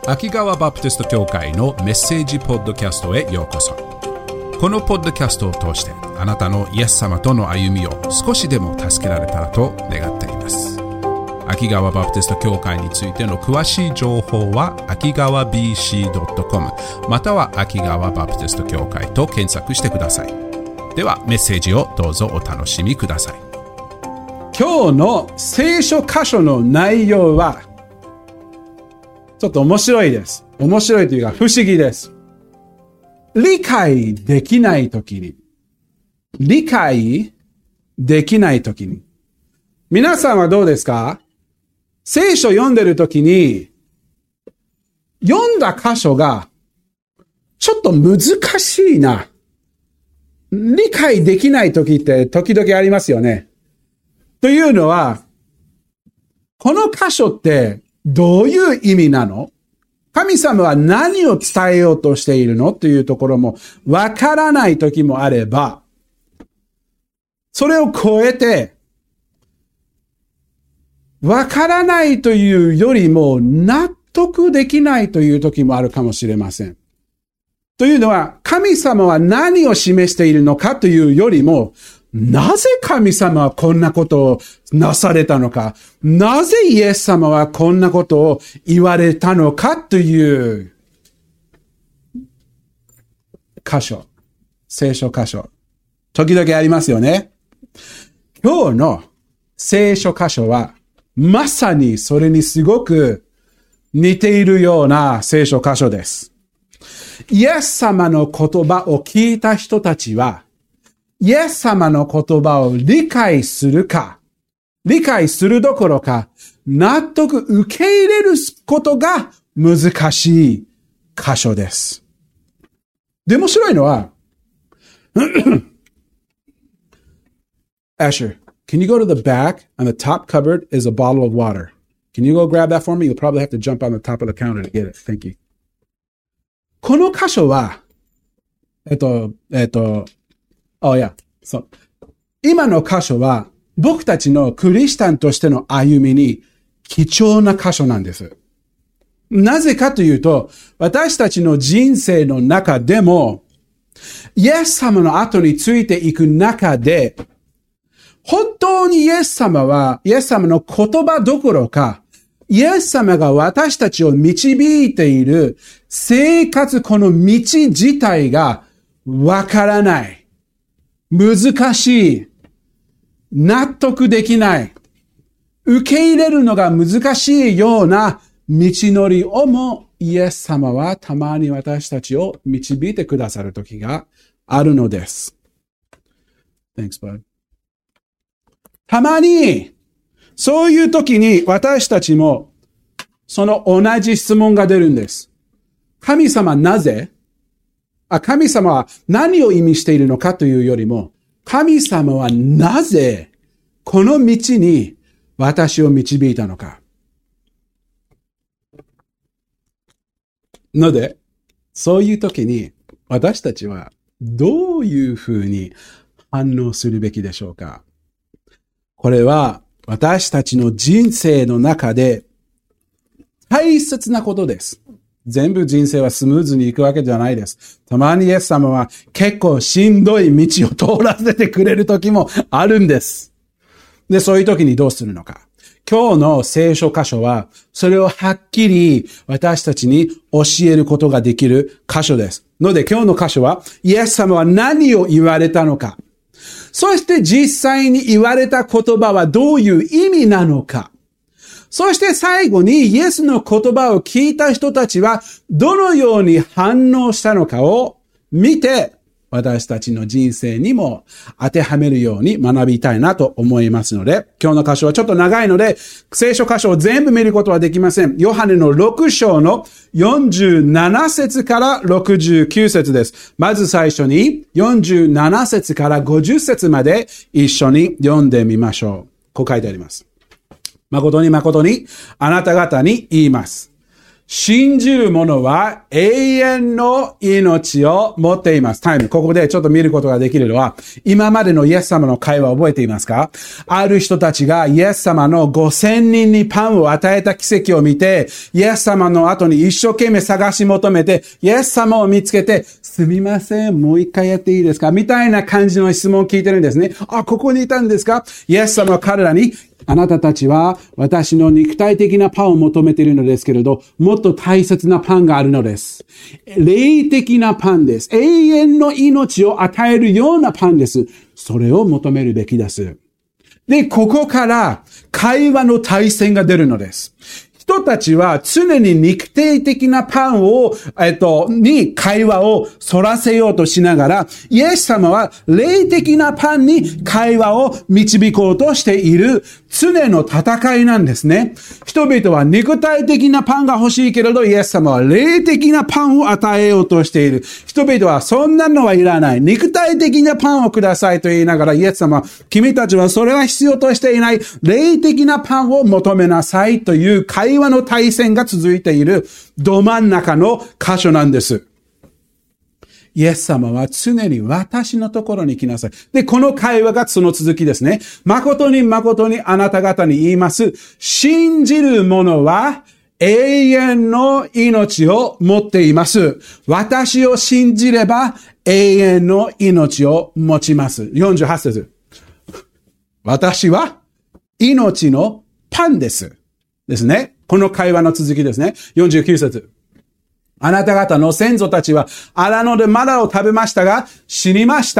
秋川バプテスト教会のメッセージポッドキャストへようこそ。このポッドキャストを通してあなたのイエス様との歩みを少しでも助けられたらと願っています。秋川バプテスト教会についての詳しい情報は秋川 BC.com または秋川バプテスト教会と検索してください。ではメッセージをどうぞお楽しみください。 今日の聖書箇所の内容はちょっと面白いです。面白いというか不思議です。理解できないときに、皆さんはどうですか？聖書読んでるときに、読んだ箇所がちょっと難しいな。理解できないときって時々ありますよね。というのは、この箇所ってどういう意味なの？神様は何を伝えようとしているのというところもわからない時もあれば、それを超えて、わからないというよりも納得できないという時もあるかもしれません。というのは、神様は何を示しているのかというよりも、なぜ神様はこんなことをなされたのか、なぜイエス様はこんなことを言われたのかという箇所、聖書箇所、時々ありますよね。今日の聖書箇所はまさにそれにすごく似ているような聖書箇所です。イエス様の言葉を聞いた人たちは、イエス様の言葉を理解するどころか、納得受け入れることが難しい箇所です。で、面白いのは、Asher, can you go to the back? On the top cupboard is a bottle of water. Can you go grab that for me? You'll probably have to jump on the top of the counter to get it. Thank you. この箇所は、そう。今の箇所は、僕たちのクリスチャンとしての歩みに貴重な箇所なんです。なぜかというと、私たちの人生の中でも、イエス様の後についていく中で、本当にイエス様は、イエス様の言葉どころか、イエス様が私たちを導いている生活、この道自体がわからない。難しい。納得できない。受け入れるのが難しいような道のりをもイエス様はたまに私たちを導いてくださる時があるのです。Thanks, bud. たまにそういう時に私たちもその同じ質問が出るんです。神様なぜ？神様は何を意味しているのかというよりも、神様はなぜこの道に私を導いたのか。ので、そういう時に私たちはどういうふうに反応するべきでしょうか。これは私たちの人生の中で大切なことです。全部人生はスムーズにいくわけじゃないです。たまにイエス様は結構しんどい道を通らせてくれる時もあるんです。で、そういう時にどうするのか。今日の聖書箇所は、それをはっきり私たちに教えることができる箇所です。ので今日の箇所は、イエス様は何を言われたのか。そして実際に言われた言葉はどういう意味なのか。そして最後にイエスの言葉を聞いた人たちはどのように反応したのかを見て、私たちの人生にも当てはめるように学びたいなと思いますので、今日の箇所はちょっと長いので、聖書箇所を全部見ることはできません。ヨハネの6章の47節から69節です。まず最初に47節から50節まで一緒に読んでみましょう。こう書いてあります。誠に誠にあなた方に言います。 信じる者は永遠の命を持っています。タイム。ここでちょっと見ることができるのは、今までのイエス様の会話を覚えていますか？ある人たちがイエス様の5000人にパンを与えた奇跡を見て、イエス様の後に一生懸命探し求めて、イエス様を見つけて、すみません、もう一回やっていいですか？みたいな感じの質問を聞いてるんですね。あ、ここにいたんですか？イエス様は彼らに、あなたたちは私の肉体的なパンを求めているのですけれど、もっと大切なパンがあるのです。霊的なパンです。永遠の命を与えるようなパンです。それを求めるべきです。で、ここから会話の対戦が出るのです。人たちは常に肉体的なパンを、に会話を反らせようとしながら、イエス様は霊的なパンに会話を導こうとしている常の戦いなんですね。人々は肉体的なパンが欲しいけれど、イエス様は霊的なパンを与えようとしている。人々はそんなのはいらない。肉体的なパンをくださいと言いながら、イエス様は君たちはそれは必要としていない。霊的なパンを求めなさいという会話の対戦が続いているど真ん中の箇所なんです。イエス様は常に私のところに来なさい。で、この会話がその続きですね。誠に誠にあなた方に言います。信じる者は永遠の命を持っています。私を信じれば永遠の命を持ちます。48節。私は命のパンです。ですね。この会話の続きですね。49節。あなた方の先祖たちは荒野でマナを食べましたが死にました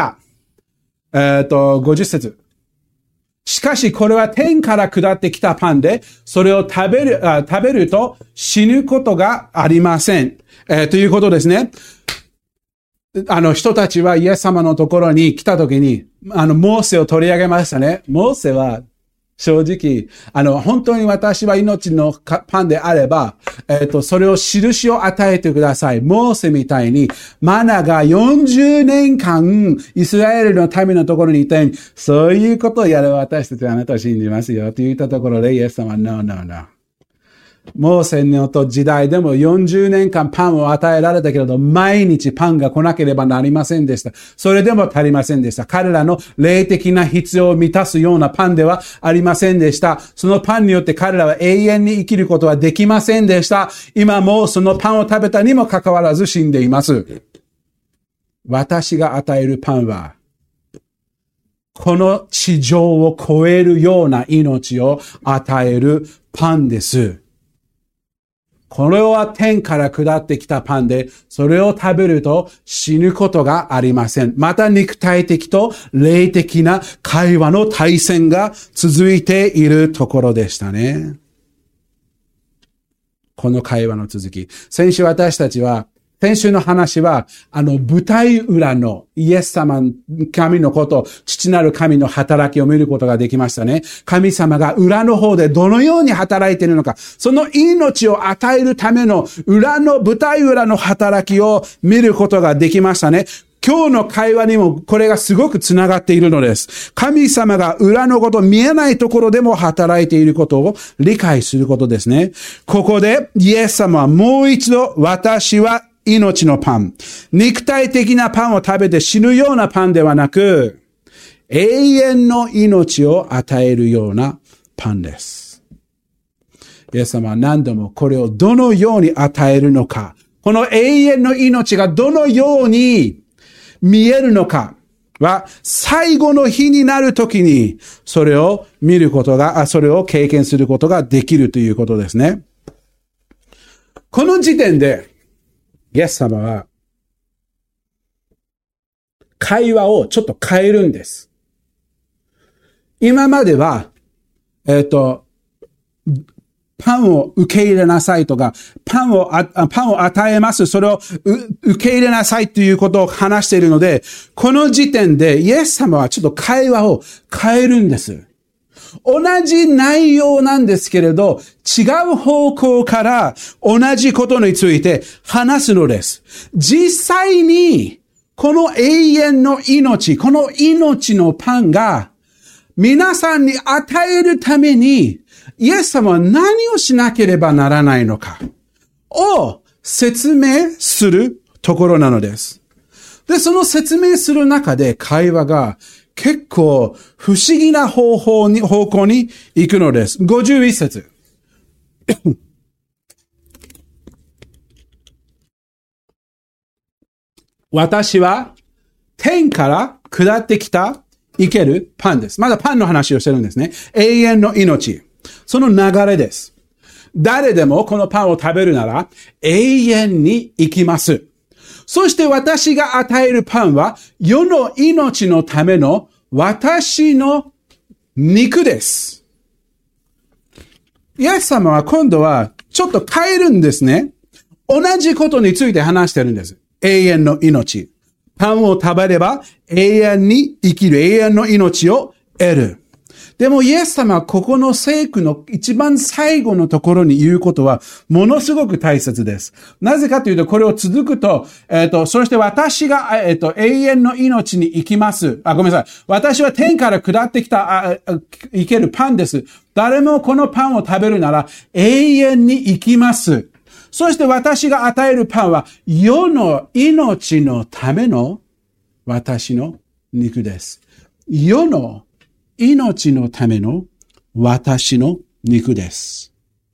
。50節。しかしこれは天から下ってきたパンで、それを食べると死ぬことがありません。ということですね。人たちはイエス様のところに来たときに、モーセを取り上げましたね。モーセは、正直、本当に私は命のパンであれば、それを印を与えてください。モーセみたいに、マナが40年間、イスラエルの民のところにいたように、そういうことをやれば私たちはあなたを信じますよ。と言ったところで、イエス様は、No, no, no。モーセの時代でも40年間パンを与えられたけれど、毎日パンが来なければなりませんでした。それでも足りませんでした。彼らの霊的な必要を満たすようなパンではありませんでした。そのパンによって彼らは永遠に生きることはできませんでした。今もそのパンを食べたにもかかわらず死んでいます。私が与えるパンは、この地上を超えるような命を与えるパンです。これは天から下ってきたパンで、それを食べると死ぬことがありません。また肉体的と霊的な会話の対戦が続いているところでしたね。この会話の続き。先週の話は、舞台裏のイエス様、神のこと、父なる神の働きを見ることができましたね。神様が裏の方でどのように働いているのか、その命を与えるための舞台裏の働きを見ることができましたね。今日の会話にもこれがすごくつながっているのです。神様が裏のこと、見えないところでも働いていることを理解することですね。ここでイエス様はもう一度、私は命のパン。肉体的なパンを食べて死ぬようなパンではなく、永遠の命を与えるようなパンです。イエス様は何度もこれをどのように与えるのか、この永遠の命がどのように見えるのかは、最後の日になるときに、それを見ることが、それを経験することができるということですね。この時点で、イエス様は、会話をちょっと変えるんです。今までは、パンを受け入れなさいとか、パンを与えます。それを受け入れなさいということを話しているので、この時点でイエス様はちょっと会話を変えるんです。同じ内容なんですけれど、違う方向から同じことについて話すのです。実際に、この永遠の命、この命のパンが、皆さんに与えるために、イエス様は何をしなければならないのか。 を説明するところなのです。で、その説明する中で会話が結構不思議な方向に行くのです。51節。私は天から下ってきた生けるパンです。まだパンの話をしてるんですね。永遠の命。その流れです。誰でもこのパンを食べるなら永遠に生きます。そして私が与えるパンは世の命のための私の肉です。イエス様は今度はちょっと変えるんですね。同じことについて話してるんです。永遠の命。パンを食べれば永遠に生きる、永遠の命を得る。でもイエス様はここの聖句の一番最後のところに言うことはものすごく大切です。なぜかというとこれを続くと、そして私が、永遠の命に生きます。ごめんなさい。私は天から下ってきた、生けるパンです。誰もこのパンを食べるなら永遠に生きます。そして私が与えるパンは世の命のための私の肉です。世の命のための私の肉です。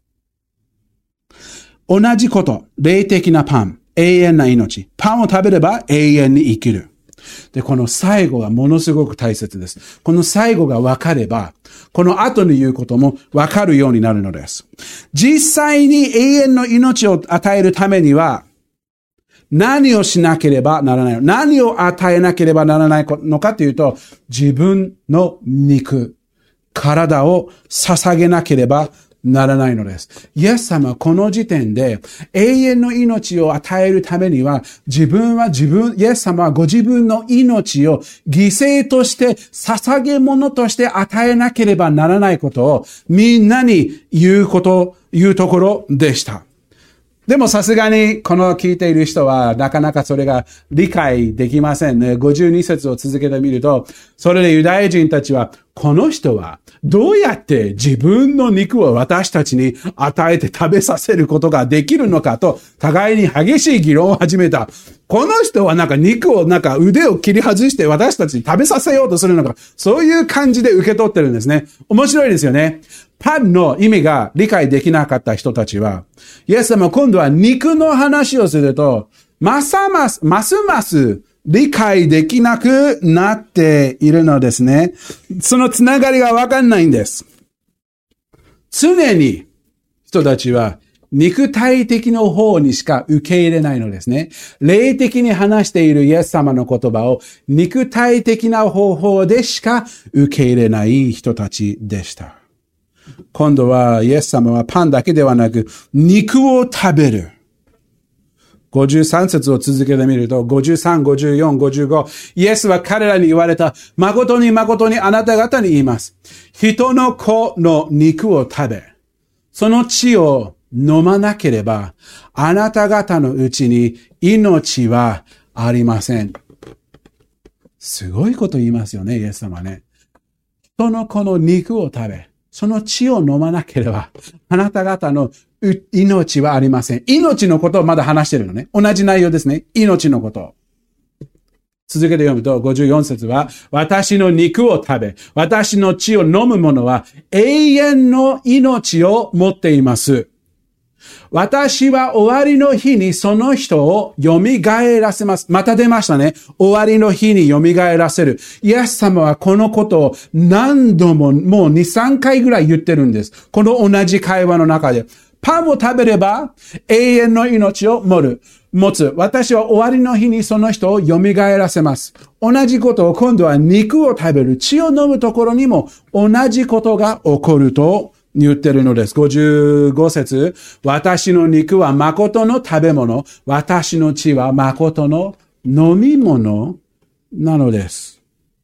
同じこと、霊的なパン、永遠な命。パンを食べれば永遠に生きる。で、この最後がものすごく大切です。この最後が分かれば、この後に言うことも分かるようになるのです。実際に永遠の命を与えるためには、何をしなければならないの？何を与えなければならないのかというと、自分の肉、体を捧げなければならないのです。イエス様はこの時点で永遠の命を与えるためには、イエス様はご自分の命を犠牲として捧げ物として与えなければならないことをみんなに言うところでした。でもさすがにこの聞いている人はなかなかそれが理解できませんね。52節を続けてみると、それでユダヤ人たちは、この人はどうやって自分の肉を私たちに与えて食べさせることができるのかと、互いに激しい議論を始めた。この人は肉を腕を切り外して私たちに食べさせようとするのか、そういう感じで受け取ってるんですね。面白いですよね。パンの意味が理解できなかった人たちは、イエス様今度は肉の話をすると、ますます理解できなくなっているのですね。そのつながりがわかんないんです。常に人たちは肉体的の方にしか受け入れないのですね。霊的に話しているイエス様の言葉を肉体的な方法でしか受け入れない人たちでした。今度はイエス様はパンだけではなく肉を食べる。53節を続けてみると、53、54、55、イエスは彼らに言われた。誠に誠にあなた方に言います。人の子の肉を食べ、その血を飲まなければ、あなた方のうちに命はありません。すごいこと言いますよね、イエス様ね。人の子の肉を食べ、その血を飲まなければ、あなた方の命はありません。命のことをまだ話しているのね。同じ内容ですね。命のこと。続けて読むと、54節は、私の肉を食べ、私の血を飲む者は永遠の命を持っています。私は終わりの日にその人を蘇らせます。また出ましたね。終わりの日に蘇らせる。イエス様はこのことを何度ももう2、3回ぐらい言ってるんです。この同じ会話の中で。パンを食べれば永遠の命を持つ。私は終わりの日にその人を蘇らせます。同じことを今度は肉を食べる、血を飲むところにも同じことが起こると言ってるのです。55節。私の肉は誠の食べ物、私の血は誠の飲み物なのです。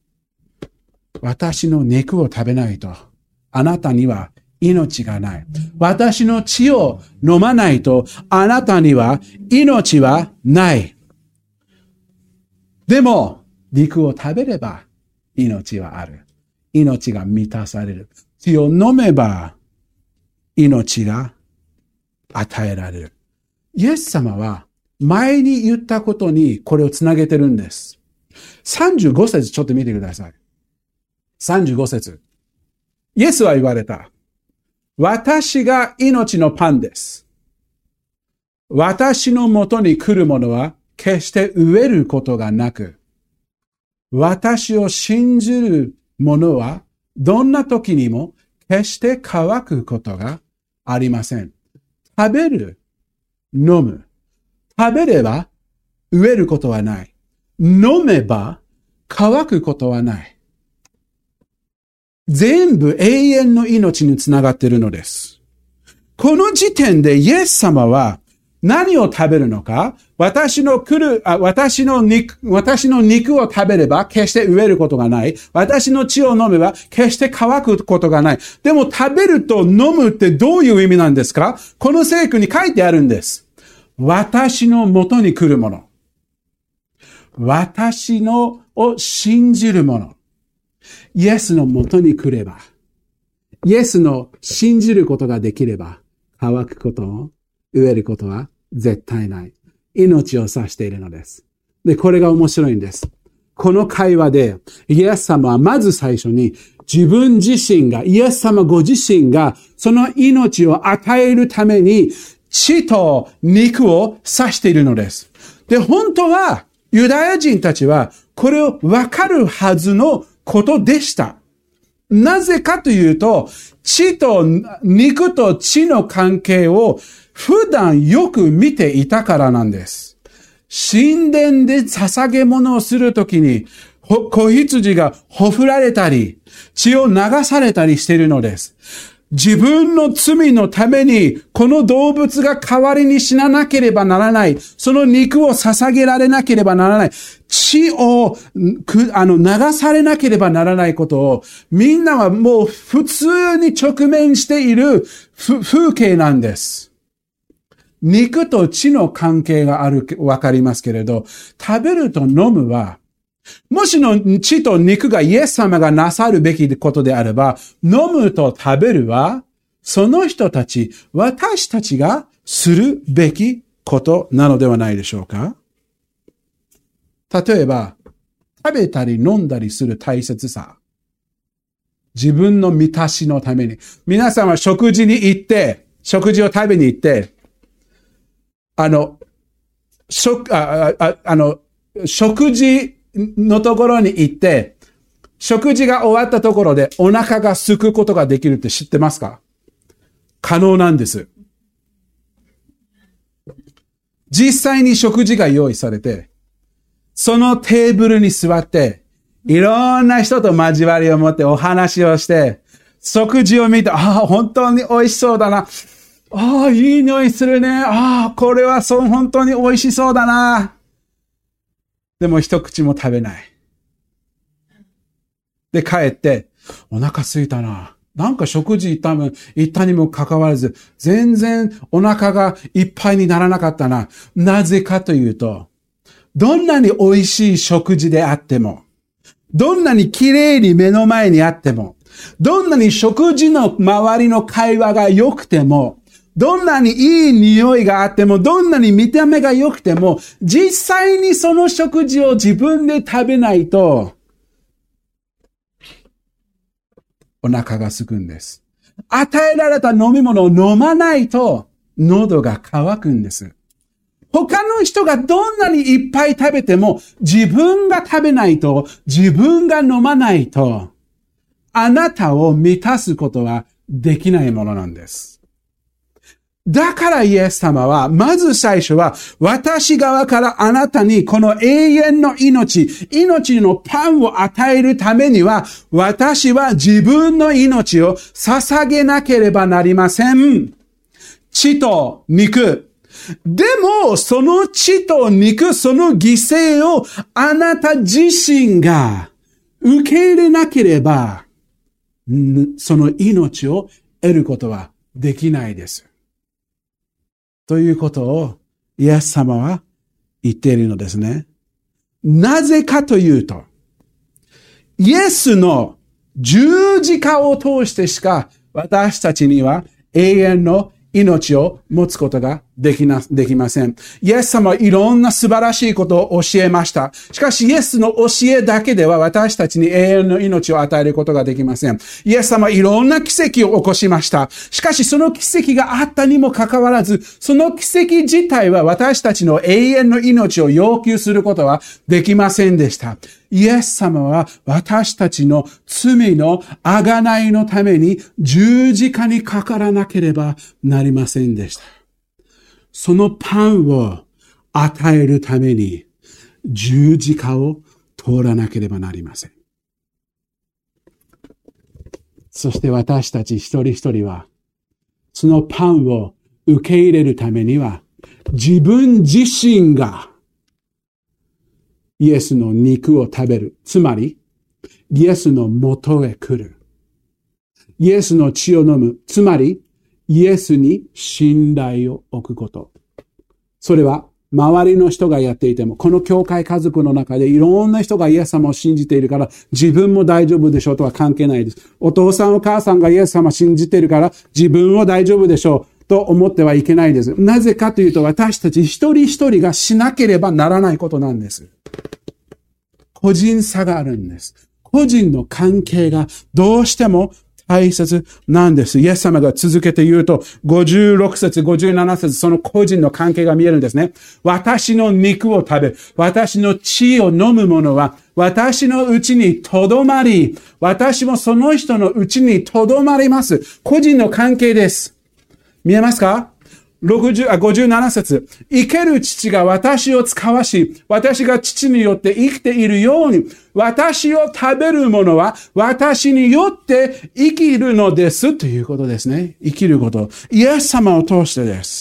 私の肉を食べないと、あなたには命がない。私の血を飲まないと、あなたには命はない。でも、肉を食べれば命はある。命が満たされる。血を飲めば命が与えられる。 イエス様は前に言ったことにこれをつなげてるんです。35節ちょっと見てください。35節。イエスは言われた。私が命のパンです。私のもとに来るものは決して飢えることがなく、私を信じる者はどんな時にも決して乾くことがありません。食べる、飲む。食べれば飢えることはない。飲めば乾くことはない。全部永遠の命につながっているのです。この時点でイエス様は何を食べるのか、私の肉を食べれば決して飢えることがない。私の血を飲めば決して乾くことがない。でも食べると飲むってどういう意味なんですか？この聖句に書いてあるんです。私の元に来るもの。私のを信じるもの。イエスの元に来れば、イエスの信じることができれば、乾くことを飢えることは絶対ない。命を指しているのです。で、これが面白いんです。この会話で、イエス様はまず最初に自分自身が、イエス様ご自身が、その命を与えるために、血と肉を指しているのです。で、本当は、ユダヤ人たちは、これを分かるはずのことでした。なぜかというと、血と肉と血の関係を普段よく見ていたからなんです。神殿で捧げ物をするときに、子羊がほふられたり、血を流されたりしているのです。自分の罪のために、この動物が代わりに死ななければならない。その肉を捧げられなければならない。血を、流されなければならないことを、みんなはもう普通に直面している風景なんです。肉と血の関係がある、わかりますけれど、食べると飲むは、もしの血と肉がイエス様がなさるべきことであれば、飲むと食べるは、その人たち、私たちがするべきことなのではないでしょうか？例えば、食べたり飲んだりする大切さ。自分の満たしのために。皆さんは食事を食べに行って、食事のところに行って、食事が終わったところでお腹が空くことができるって知ってますか？可能なんです。実際に食事が用意されて、そのテーブルに座って、いろんな人と交わりを持ってお話をして、食事を見て、本当に美味しそうだな。いい匂いするね。これは本当に美味しそうだな。でも一口も食べない。で、帰って、お腹空いたな。なんか食事行ったにもかかわらず、全然お腹がいっぱいにならなかったな。なぜかというと、どんなに美味しい食事であっても、どんなに綺麗に目の前にあっても、どんなに食事の周りの会話が良くても、どんなにいい匂いがあっても、どんなに見た目が良くても、実際にその食事を自分で食べないと、お腹が空くんです。与えられた飲み物を飲まないと、喉が渇くんです。他の人がどんなにいっぱい食べても、自分が食べないと、自分が飲まないと、あなたを満たすことはできないものなんです。だからイエス様は、まず最初は、私側からあなたにこの永遠の命のパンを与えるためには、私は自分の命を捧げなければなりません。血と肉。でも、その血と肉、その犠牲をあなた自身が受け入れなければ、その命を得ることはできないです。ということをイエス様は言っているのですね。なぜかというと、イエスの十字架を通してしか私たちには永遠の命を持つことができません。イエス様はいろんな素晴らしいことを教えました。しかし、イエスの教えだけでは私たちに永遠の命を与えることができません。イエス様はいろんな奇跡を起こしました。しかし、その奇跡があったにもかかわらず、その奇跡自体は私たちの永遠の命を要求することはできませんでした。イエス様は私たちの罪の贖いのために十字架にかからなければなりませんでした。そのパンを与えるために十字架を通らなければなりません。そして私たち一人一人はそのパンを受け入れるためには自分自身がイエスの肉を食べる。つまりイエスの元へ来る。イエスの血を飲む。つまりイエスに信頼を置くこと。それは、周りの人がやっていても、この教会家族の中でいろんな人がイエス様を信じているから、自分も大丈夫でしょうとは関係ないです。お父さんお母さんがイエス様を信じているから、自分も大丈夫でしょうと思ってはいけないです。なぜかというと、私たち一人一人がしなければならないことなんです。個人差があるんです。個人の関係がどうしても大切なんです。イエス様が続けて言うと、56節、57節、その個人の関係が見えるんですね。私の肉を食べ、私の血を飲む者は、私のうちにとどまり、私もその人のうちにとどまります。個人の関係です。見えますか？57節。生ける父が私を使わし、私が父によって生きているように、私を食べる者は私によって生きるのですということですね。生きること。イエス様を通してです。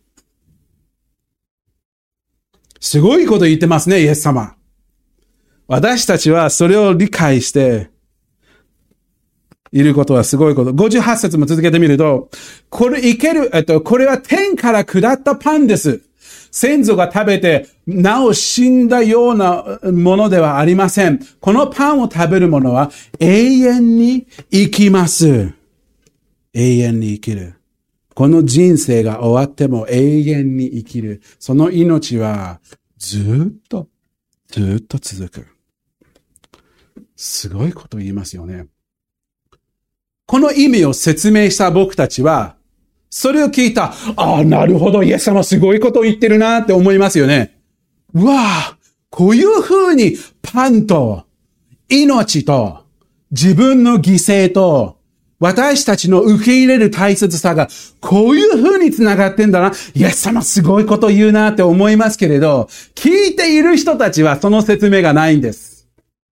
すごいこと言ってますね、イエス様。私たちはそれを理解していることはすごいこと。58節も続けてみると、これは天から下ったパンです。先祖が食べて、なお死んだようなものではありません。このパンを食べる者は永遠に生きます。永遠に生きる。この人生が終わっても永遠に生きる。その命はずっと続く。すごいこと言いますよね。この意味を説明した僕たちは、それを聞いた、なるほど、イエス様すごいこと言ってるなって思いますよね。うわぁ、こういう風にパンと命と自分の犠牲と私たちの受け入れる大切さがこういう風に繋がってんだな。イエス様すごいこと言うなって思いますけれど、聞いている人たちはその説明がないんです。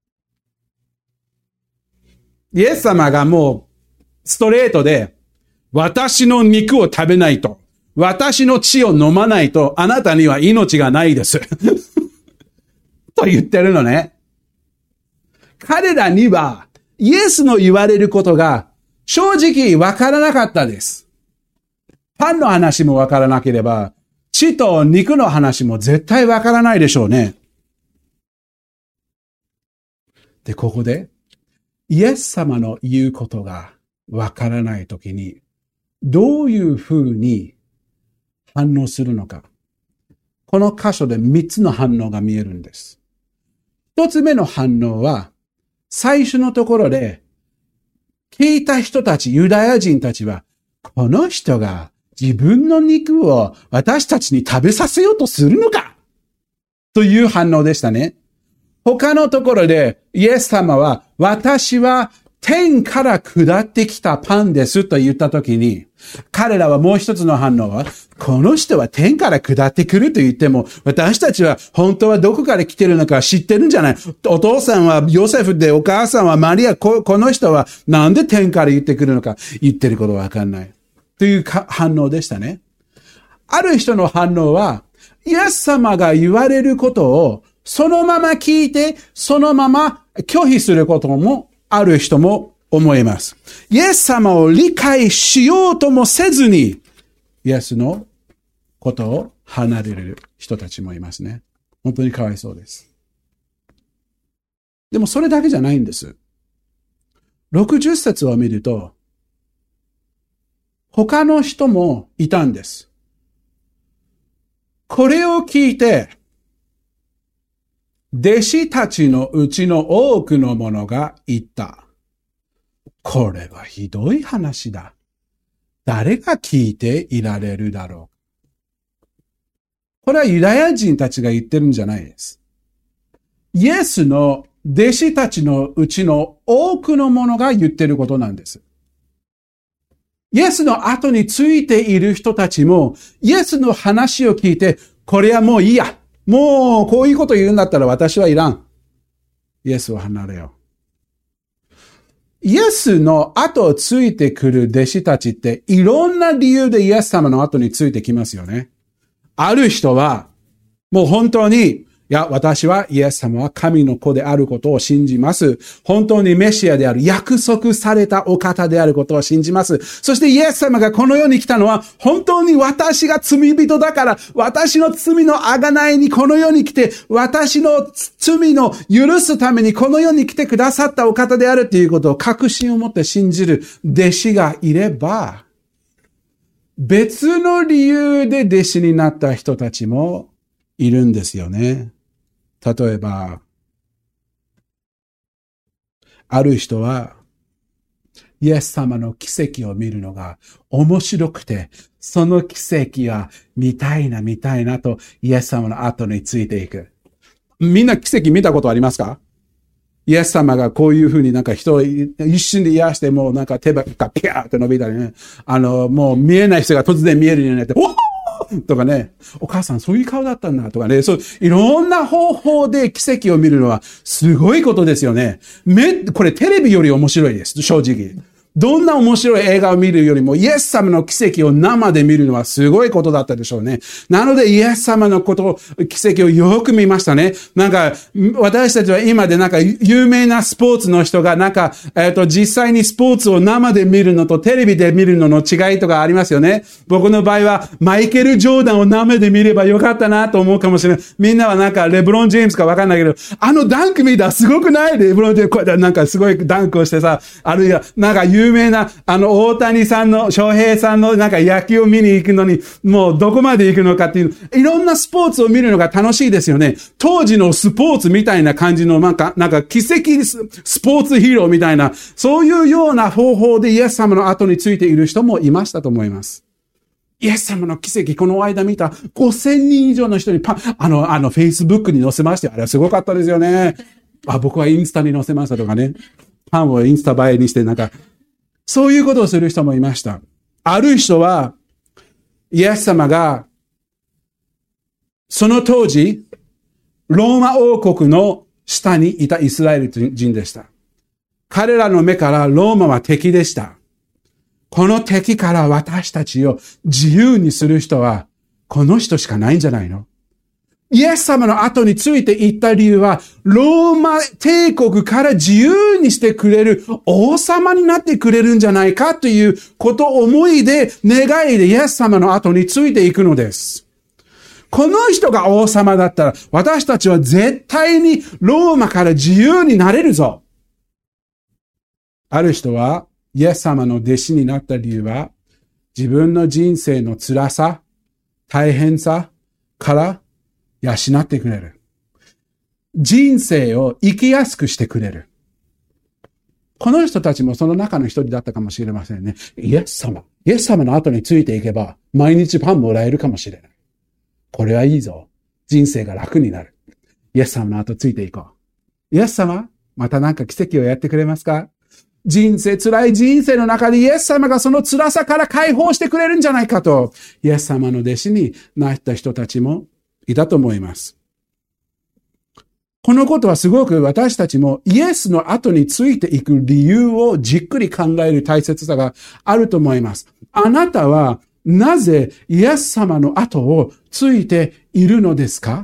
イエス様がもうストレートで、私の肉を食べないと、私の血を飲まないと、あなたには命がないです。と言ってるのね。彼らには、イエスの言われることが、正直わからなかったです。パンの話もわからなければ、血と肉の話も絶対わからないでしょうね。で、ここで、イエス様の言うことが、わからないときに、どういうふうに反応するのか。この箇所で3つの反応が見えるんです。1つ目の反応は、最初のところで、聞いた人たち、ユダヤ人たちは、この人が自分の肉を私たちに食べさせようとするのかという反応でしたね。他のところで、イエス様は、私は天から下ってきたパンですと言ったときに、彼らはもう一つの反応は、この人は天から下ってくると言っても、私たちは本当はどこから来てるのか知ってるんじゃない？お父さんはヨセフでお母さんはマリア、この人はなんで天から言ってくるのか言ってることわかんない。という反応でしたね。ある人の反応は、イエス様が言われることをそのまま聞いて、そのまま拒否することもある人も思います。イエス様を理解しようともせずに、イエスのことを離れる人たちもいますね。本当にかわいそうです。でもそれだけじゃないんです。60節を見ると、他の人もいたんです。 これを聞いて、弟子たちのうちの多くの者が言った。これはひどい話だ。誰が聞いていられるだろう。これはユダヤ人たちが言ってるんじゃないです。イエスの弟子たちのうちの多くの者が言ってることなんです。イエスの後についている人たちも、イエスの話を聞いて、これはもういいや。もうこういうこと言うんだったら私はいらん。イエスを離れよう。イエスの後をついてくる弟子たちっていろんな理由でイエス様の後についてきますよね。ある人は、もう本当に、いや、私はイエス様は神の子であることを信じます。本当にメシアである約束されたお方であることを信じます。そしてイエス様がこの世に来たのは本当に私が罪人だから私の罪の贖いにこの世に来て私の罪の許すためにこの世に来てくださったお方であるということを確信を持って信じる弟子がいれば別の理由で弟子になった人たちもいるんですよね。例えば、ある人は、イエス様の奇跡を見るのが面白くて、その奇跡は見たいなと、イエス様の後についていく。みんな奇跡見たことありますか？イエス様がこういうふうになんか人を一瞬で癒して、もうなんか手がピャーって伸びたりね。もう見えない人が突然見えるようになって、おーとかね、お母さんそういう顔だったんだとかね、そう、いろんな方法で奇跡を見るのはすごいことですよね。これテレビより面白いです、正直。どんな面白い映画を見るよりも、イエス様の奇跡を生で見るのはすごいことだったでしょうね。なので、イエス様の奇跡をよく見ましたね。なんか、私たちは今でなんか、有名なスポーツの人がなんか、実際にスポーツを生で見るのとテレビで見るのの違いとかありますよね。僕の場合は、マイケル・ジョーダンを生で見ればよかったなと思うかもしれない。みんなはなんか、レブロン・ジェームズかわかんないけど、ダンク見たらすごくない？レブロン・ジェームズ、こうやってなんかすごいダンクをしてさ、あるいは、なんか有名な、大谷さんの、翔平さんのなんか野球を見に行くのに、もうどこまで行くのかっていう、いろんなスポーツを見るのが楽しいですよね。当時のスポーツみたいな感じのなんか奇跡スポーツヒーローみたいな、そういうような方法でイエス様の後についている人もいましたと思います。イエス様の奇跡、この間見た5000人以上の人にFacebook に載せましたよ。あれはすごかったですよね。僕はインスタに載せましたとかね。パンをインスタ映えにしてなんか、そういうことをする人もいました。ある人は、イエス様が、その当時、ローマ王国の下にいたイスラエル人でした。彼らの目からローマは敵でした。この敵から私たちを自由にする人は、この人しかないんじゃないの？イエス様の後についていった理由は、ローマ帝国から自由にしてくれる王様になってくれるんじゃないかということを思いで、願いでイエス様の後についていくのです。この人が王様だったら、私たちは絶対にローマから自由になれるぞ。ある人は、イエス様の弟子になった理由は、自分の人生の辛さ、大変さから養ってくれる。人生を生きやすくしてくれる。この人たちもその中の一人だったかもしれませんね。イエス様の後についていけば、毎日パンもらえるかもしれない。これはいいぞ。人生が楽になる。イエス様の後ついていこう。イエス様、またなんか奇跡をやってくれますか？辛い人生の中でイエス様がその辛さから解放してくれるんじゃないかと、イエス様の弟子になった人たちもいたと思います。このことはすごく私たちもイエスの後についていく理由をじっくり考える大切さがあると思います。あなたはなぜイエス様の後をついているのですか？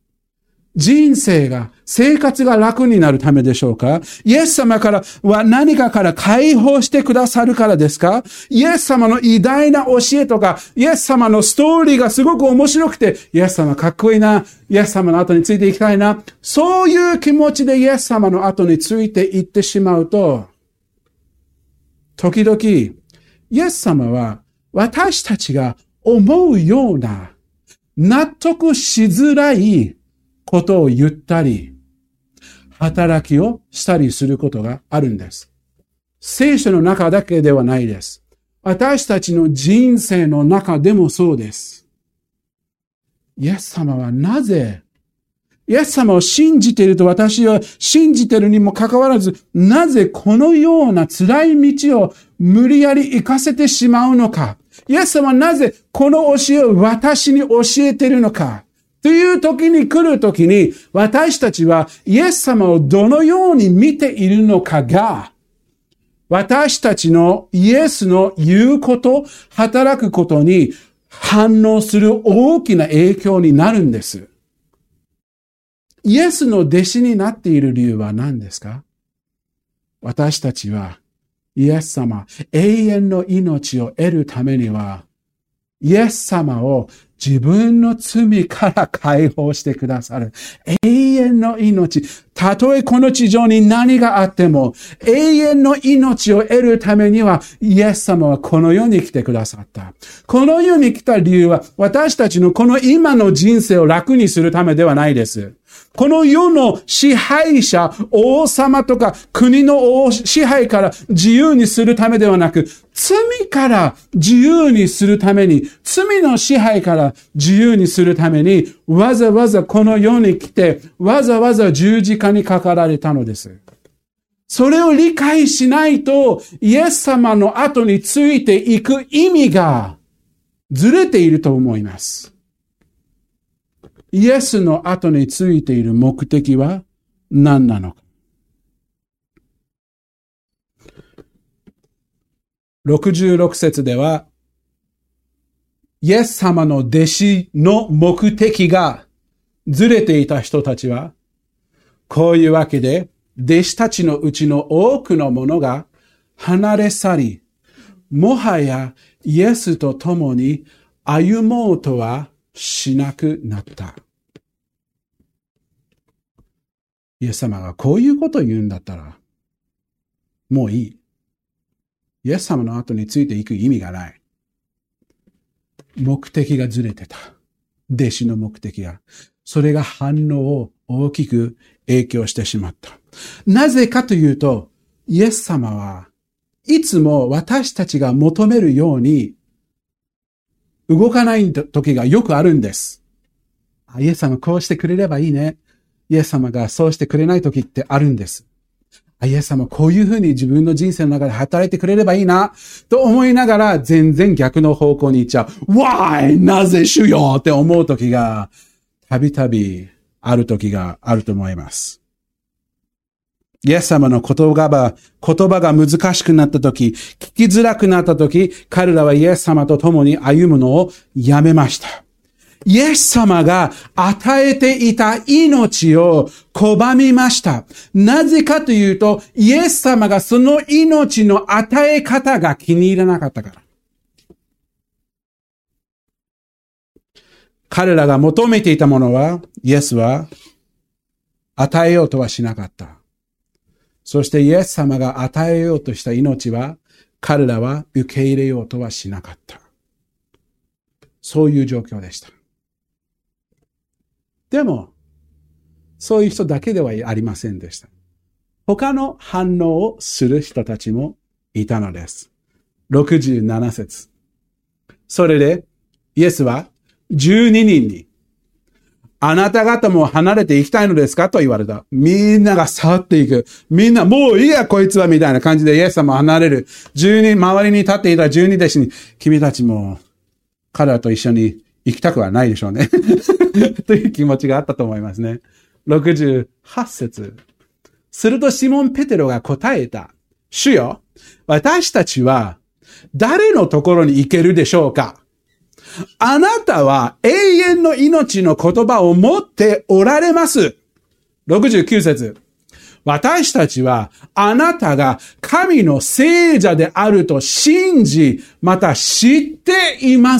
生活が楽になるためでしょうか？イエス様からは何かから解放してくださるからですか？イエス様の偉大な教えとか、イエス様のストーリーがすごく面白くて、イエス様かっこいいな、イエス様の後についていきたいな、そういう気持ちでイエス様の後についていってしまうと、時々、イエス様は私たちが思うような納得しづらいことを言ったり、働きをしたりすることがあるんです。聖書の中だけではないです。私たちの人生の中でもそうです。イエス様はなぜ、イエス様を信じていると私は信じているにもかかわらず、なぜこのような辛い道を無理やり行かせてしまうのか。イエス様はなぜこの教えを私に教えているのか。という時に来る時に、私たちはイエス様をどのように見ているのかが、私たちのイエスの言うこと、働くことに反応する大きな影響になるんです。イエスの弟子になっている理由は何ですか？私たちはイエス様、永遠の命を得るためには、イエス様を自分の罪から解放してくださる永遠の命。たとえこの地上に何があっても、永遠の命を得るためには、イエス様はこの世に来てくださった。この世に来た理由は、私たちのこの今の人生を楽にするためではないです。この世の支配者、王様とか国の支配から自由にするためではなく、罪から自由にするために、罪の支配から自由にするために、わざわざこの世に来て、わざわざ十字架にかかられたのです。それを理解しないと、イエス様の後についていく意味がずれていると思います。イエスの後についている目的は何なのか。66節では、イエス様の弟子の目的がずれていた人たちは、こういうわけで、弟子たちのうちの多くの者が離れ去り、もはやイエスと共に歩もうとはしなくなった。イエス様がこういうことを言うんだったら、もういい。イエス様の後についていく意味がない。目的がずれてた。弟子の目的が。それが反応を大きく影響してしまった。なぜかというと、イエス様はいつも私たちが求めるように動かない時がよくあるんです。イエス様こうしてくれればいいね。イエス様がそうしてくれない時ってあるんです。イエス様こういうふうに自分の人生の中で働いてくれればいいな、と思いながら全然逆の方向に行っちゃう。Why? なぜ主よって思う時がたびたびある時があると思います。イエス様の言葉が難しくなった時、聞きづらくなった時、彼らはイエス様と共に歩むのをやめました。イエス様が与えていた命を拒みました。なぜかというと、イエス様がその命の与え方が気に入らなかったから。彼らが求めていたものは、イエスは与えようとはしなかった。そしてイエス様が与えようとした命は、彼らは受け入れようとはしなかった。そういう状況でした。でも、そういう人だけではありませんでした。他の反応をする人たちもいたのです。67節。それで、イエスは12人に、あなた方も離れて行きたいのですかと言われた。みんなが去っていく。みんな、もういいや、こいつは、みたいな感じでイエス様は離れる。周りに立っていた12弟子に、君たちも彼らと一緒に行きたくはないでしょうね。という気持ちがあったと思いますね。68節。するとシモン・ペテロが答えた。主よ、私たちは誰のところに行けるでしょうか？あなたは永遠の命の言葉を持っておられます。69節。私たちはあなたが神の聖者であると信じ、また知っています。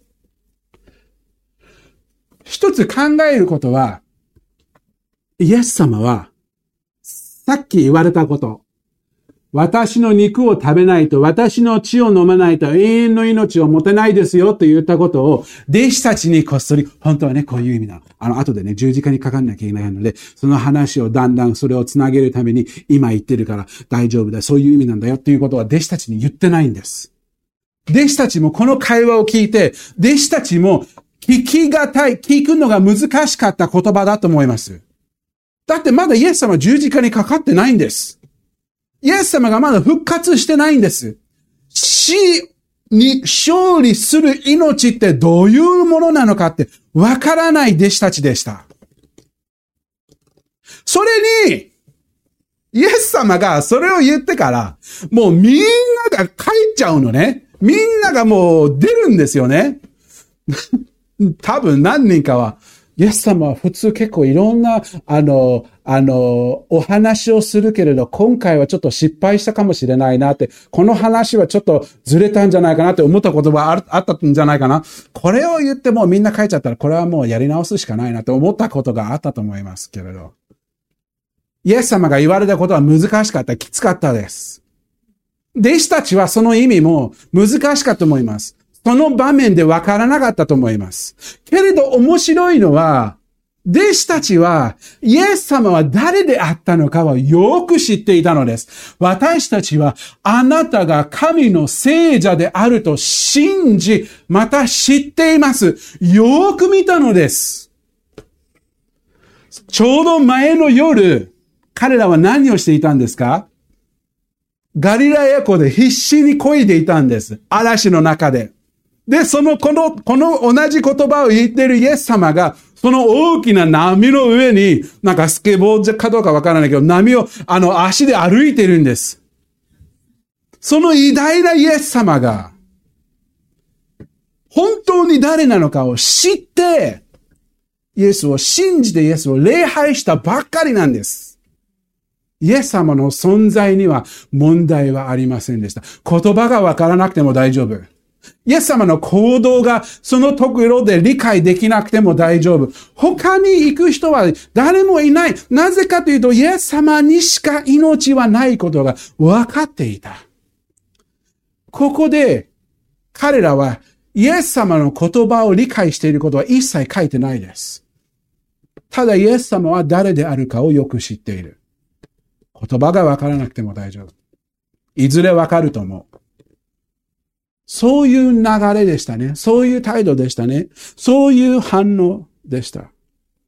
一つ考えることは、イエス様は、さっき言われたこと、 私の肉を食べないと、私の血を飲まないと永遠の命を持てないですよと言ったことを、弟子たちにこっそり、本当はね、こういう意味なの。後でね、十字架にかかんなきゃいけないので、その話をだんだんそれをつなげるために、今言ってるから大丈夫だ。そういう意味なんだよっていうことは弟子たちに言ってないんです。弟子たちもこの会話を聞いて、弟子たちも聞くのが難しかった言葉だと思います。だってまだイエス様は十字架にかかってないんです。イエス様がまだ復活してないんです。死に勝利する命ってどういうものなのかってわからない弟子たちでした。それに、イエス様がそれを言ってから、もうみんなが帰っちゃうのね。みんながもう出るんですよね。多分何人かは、イエス様は普通結構いろんな、お話をするけれど、今回はちょっと失敗したかもしれないなって、この話はちょっとずれたんじゃないかなって思ったことがあったんじゃないかな。これを言ってもうみんな書いちゃったら、これはもうやり直すしかないなって思ったことがあったと思いますけれど。イエス様が言われたことは難しかった、きつかったです。弟子たちはその意味も難しかったと思います。その場面でわからなかったと思います。けれど面白いのは、弟子たちは、イエス様は誰であったのかはよく知っていたのです。私たちは、あなたが神の聖者であると信じ、また知っています。よく見たのです。ちょうど前の夜、彼らは何をしていたんですか？ガリラヤ湖で必死に漕いでいたんです。嵐の中で。で、この同じ言葉を言っているイエス様が、その大きな波の上に、なんかスケボーかどうかわからないけど、波を、足で歩いているんです。その偉大なイエス様が、本当に誰なのかを知って、イエスを信じてイエスを礼拝したばっかりなんです。イエス様の存在には問題はありませんでした。言葉がわからなくても大丈夫。イエス様の行動がそのところで理解できなくても大丈夫。他に行く人は誰もいない。なぜかというと、イエス様にしか命はないことが分かっていた。ここで彼らはイエス様の言葉を理解していることは一切書いてないです。ただイエス様は誰であるかをよく知っている。言葉が分からなくても大丈夫。いずれ分かると思う。そういう流れでしたね。そういう態度でしたね。そういう反応でした。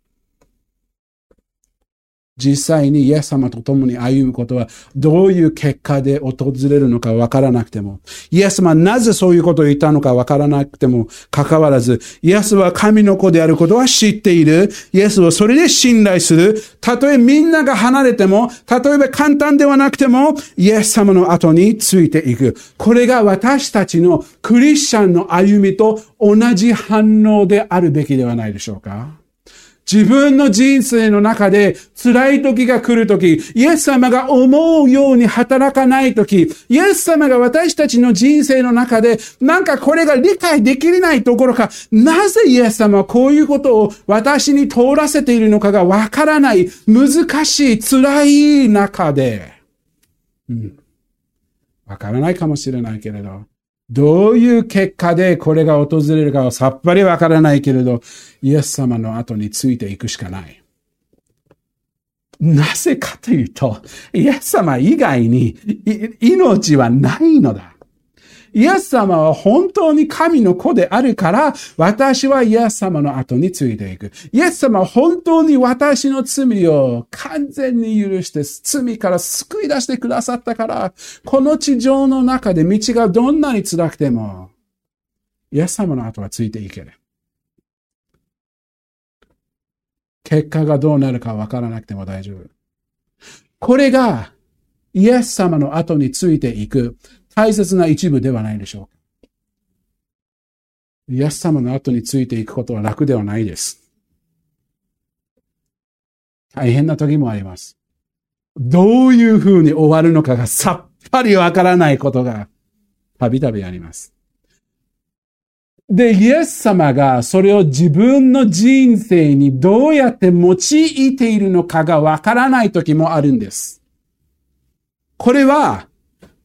実際にイエス様と共に歩むことはどういう結果で訪れるのかわからなくても、イエス様はなぜそういうことを言ったのかわからなくてもかかわらず、イエスは神の子であることは知っている。イエスをそれで信頼する。たとえみんなが離れても、たとえば簡単ではなくても、イエス様の後についていく。これが私たちのクリスチャンの歩みと同じ反応であるべきではないでしょうか。自分の人生の中で辛い時が来る時、イエス様が思うように働かない時、イエス様が私たちの人生の中でなんかこれが理解できないところか、なぜイエス様はこういうことを私に通らせているのかがわからない、難しい、辛い中で、わからないかもしれないけれど、どういう結果でこれが訪れるかはさっぱりわからないけれど、イエス様の後についていくしかない。なぜかというと、イエス様以外に命はないのだ。イエス様は本当に神の子であるから、私はイエス様の後についていく。イエス様は本当に私の罪を完全に許して、罪から救い出してくださったから、この地上の中で道がどんなに辛くても、イエス様の後はついていける。結果がどうなるかわからなくても大丈夫。これが、イエス様の後についていく大切な一部ではないでしょうか。イエス様の後についていくことは楽ではないです。大変な時もあります。どういう風に終わるのかがさっぱりわからないことがたびたびあります。で、イエス様がそれを自分の人生にどうやって用いているのかがわからない時もあるんです。これは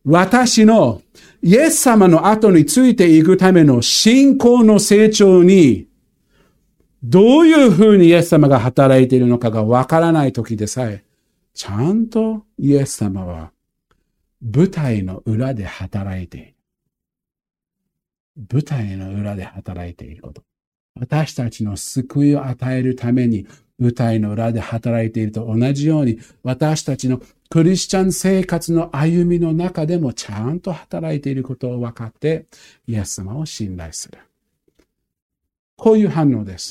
私のイエス様の後についていくための信仰の成長に、どういうふうにイエス様が働いているのかがわからないときでさえ、ちゃんとイエス様は舞台の裏で働いている。舞台の裏で働いていること。私たちの救いを与えるために舞台の裏で働いていると同じように、私たちのクリスチャン生活の歩みの中でもちゃんと働いていることを分かって、イエス様を信頼する。こういう反応です。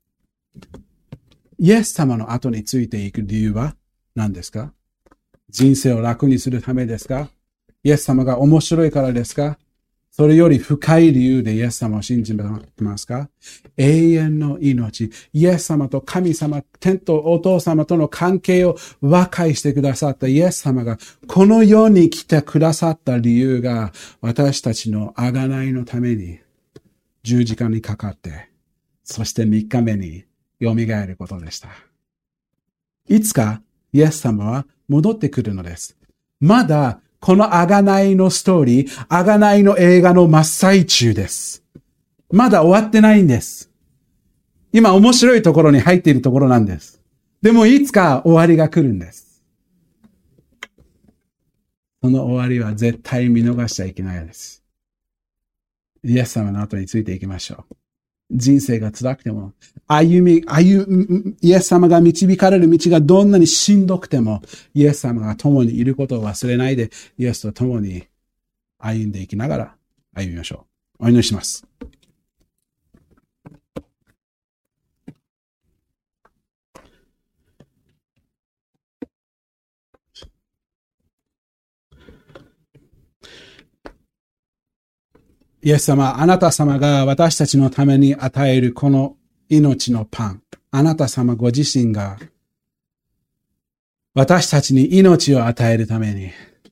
イエス様の後についていく理由は何ですか？人生を楽にするためですか？イエス様が面白いからですか？それより深い理由でイエス様を信じてますか？永遠の命。イエス様と神様、天とお父様との関係を和解してくださったイエス様がこの世に来てくださった理由が私たちの贖いのために十字架にかかって、そして3日目に蘇ることでした。いつかイエス様は戻ってくるのです。まだこの贖いのストーリー、贖いの映画の真っ最中です。まだ終わってないんです。今面白いところに入っているところなんです。でもいつか終わりが来るんです。その終わりは絶対見逃しちゃいけないです。イエス様の後についていきましょう。人生が辛くても、イエス様が導かれる道がどんなにしんどくても、イエス様が共にいることを忘れないで、イエスと共に歩んでいきながら歩みましょう。お祈りします。イエス様、あなた様が私たちのために与えるこの命のパン、あなた様ご自身が私たちに命を与えるために、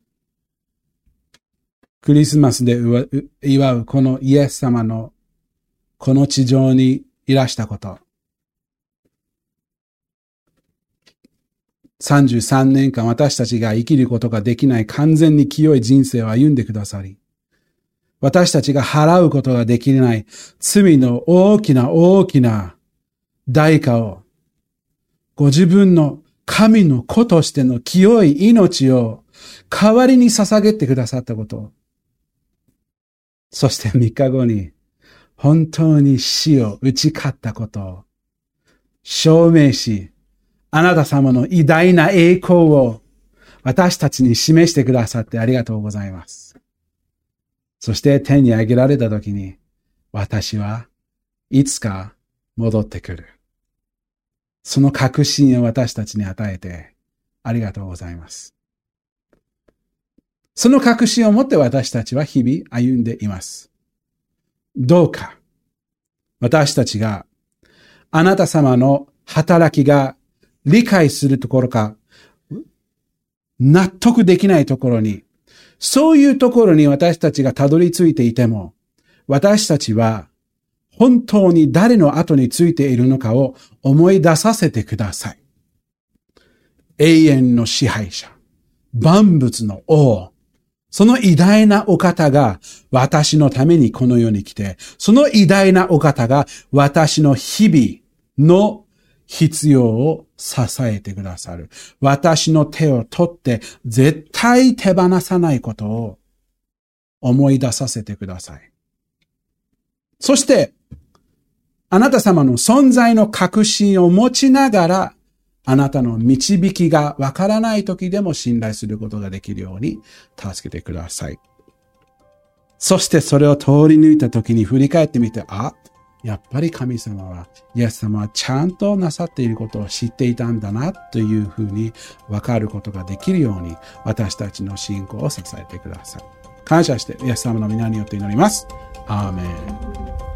クリスマスで祝うこのイエス様のこの地上にいらしたこと、33年間私たちが生きることができない完全に清い人生を歩んでくださり、私たちが払うことができない罪の大きな大きな代価を、ご自分の神の子としての清い命を代わりに捧げてくださったこと、そして3日後に本当に死を打ち勝ったことを証明し、あなた様の偉大な栄光を私たちに示してくださってありがとうございます。そして天に上げられたときに、私はいつか戻ってくる。その確信を私たちに与えてありがとうございます。その確信を持って私たちは日々歩んでいます。どうか私たちがあなた様の働きが理解するところか納得できないところに、そういうところに私たちがたどり着いていても、私たちは本当に誰の後についているのかを思い出させてください。永遠の支配者、万物の王、その偉大なお方が私のためにこの世に来て、その偉大なお方が私の日々の必要を支えてくださる。私の手を取って絶対手放さないことを思い出させてください。そして、あなた様の存在の確信を持ちながら、あなたの導きがわからない時でも信頼することができるように助けてください。そしてそれを通り抜いた時に振り返ってみて、やっぱり神様は、イエス様はちゃんとなさっていることを知っていたんだなというふうに分かることができるように私たちの信仰を支えてください。感謝してイエス様の皆によって祈ります。アーメン。